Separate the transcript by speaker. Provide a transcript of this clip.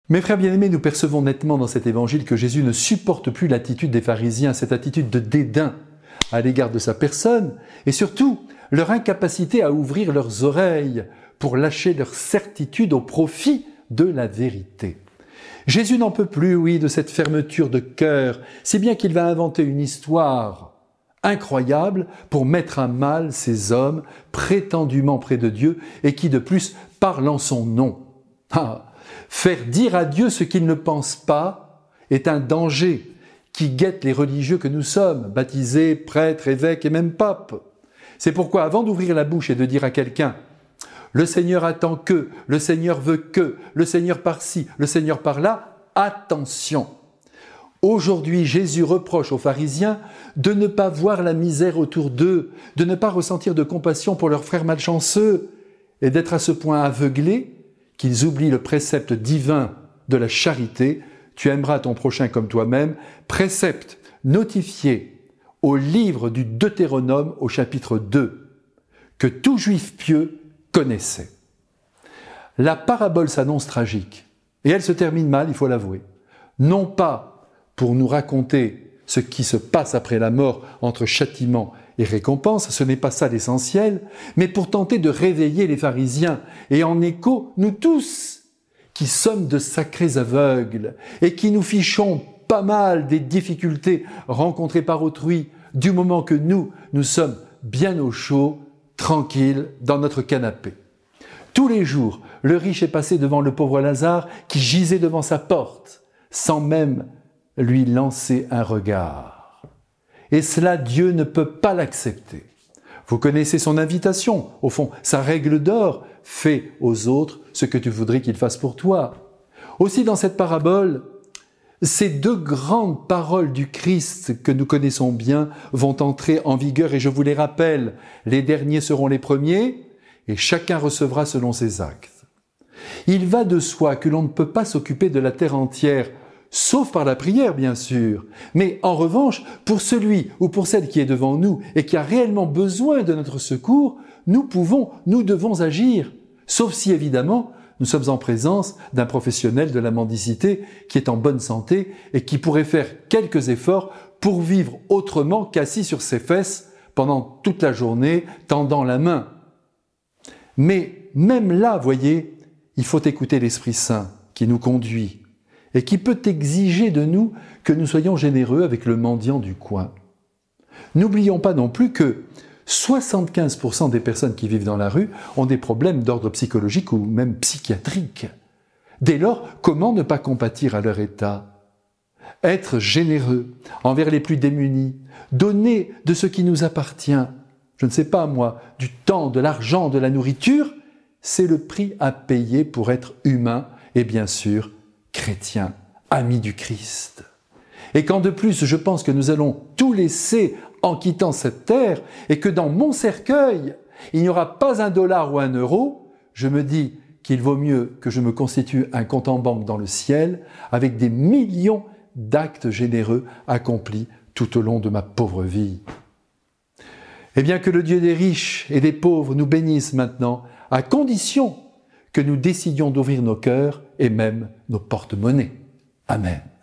Speaker 1: Mes frères bien-aimés, nous percevons nettement dans cet évangile que Jésus ne supporte plus l'attitude des pharisiens, cette attitude de dédain à l'égard de sa personne, et surtout leur incapacité à ouvrir leurs oreilles pour lâcher leur certitude au profit de la vérité. Jésus n'en peut plus, oui, de cette fermeture de cœur, si bien qu'il va inventer une histoire incroyable pour mettre à mal ces hommes prétendument près de Dieu et qui de plus parlent en son nom. Faire dire à Dieu ce qu'il ne pense pas est un danger qui guette les religieux que nous sommes, baptisés, prêtres, évêques et même papes. C'est pourquoi avant d'ouvrir la bouche et de dire à quelqu'un « Le Seigneur attend que, le Seigneur veut que, le Seigneur par-ci, le Seigneur par-là », attention. Aujourd'hui, Jésus reproche aux pharisiens de ne pas voir la misère autour d'eux, de ne pas ressentir de compassion pour leurs frères malchanceux et d'être à ce point aveuglés qu'ils oublient le précepte divin de la charité, tu aimeras ton prochain comme toi-même, précepte notifié au livre du Deutéronome au chapitre 2, que tout juif pieux connaissait. La parabole s'annonce tragique, et elle se termine mal, il faut l'avouer. Non pas pour nous raconter ce qui se passe après la mort entre châtiment et récompense, ce n'est pas ça l'essentiel, mais pour tenter de réveiller les pharisiens, et en écho, nous tous, qui sommes de sacrés aveugles, et qui nous fichons pas mal des difficultés rencontrées par autrui, du moment que nous sommes bien au chaud, tranquilles, dans notre canapé. Tous les jours, le riche est passé devant le pauvre Lazare qui gisait devant sa porte, sans même lui lancer un regard. Et cela, Dieu ne peut pas l'accepter. Vous connaissez son invitation, au fond, sa règle d'or, fais aux autres ce que tu voudrais qu'ils fassent pour toi. Aussi dans cette parabole, ces deux grandes paroles du Christ que nous connaissons bien vont entrer en vigueur et je vous les rappelle, les derniers seront les premiers et chacun recevra selon ses actes. Il va de soi que l'on ne peut pas s'occuper de la terre entière, sauf par la prière bien sûr, mais en revanche, pour celui ou pour celle qui est devant nous et qui a réellement besoin de notre secours, nous devons agir, sauf si évidemment nous sommes en présence d'un professionnel de la mendicité qui est en bonne santé et qui pourrait faire quelques efforts pour vivre autrement qu'assis sur ses fesses pendant toute la journée, tendant la main. Mais même là, voyez, il faut écouter l'Esprit Saint qui nous conduit et qui peut exiger de nous que nous soyons généreux avec le mendiant du coin. N'oublions pas non plus que 75% des personnes qui vivent dans la rue ont des problèmes d'ordre psychologique ou même psychiatrique. Dès lors, comment ne pas compatir à leur état ? Être généreux envers les plus démunis, donner de ce qui nous appartient, je ne sais pas moi, du temps, de l'argent, de la nourriture, c'est le prix à payer pour être humain et bien sûr chrétien, ami du Christ. Et quand de plus je pense que nous allons tout laisser en quittant cette terre et que dans mon cercueil, il n'y aura pas $1 ou €1, je me dis qu'il vaut mieux que je me constitue un compte en banque dans le ciel avec des millions d'actes généreux accomplis tout au long de ma pauvre vie. Eh bien que le Dieu des riches et des pauvres nous bénisse maintenant, à condition que nous décidions d'ouvrir nos cœurs et même nos porte-monnaies. Amen.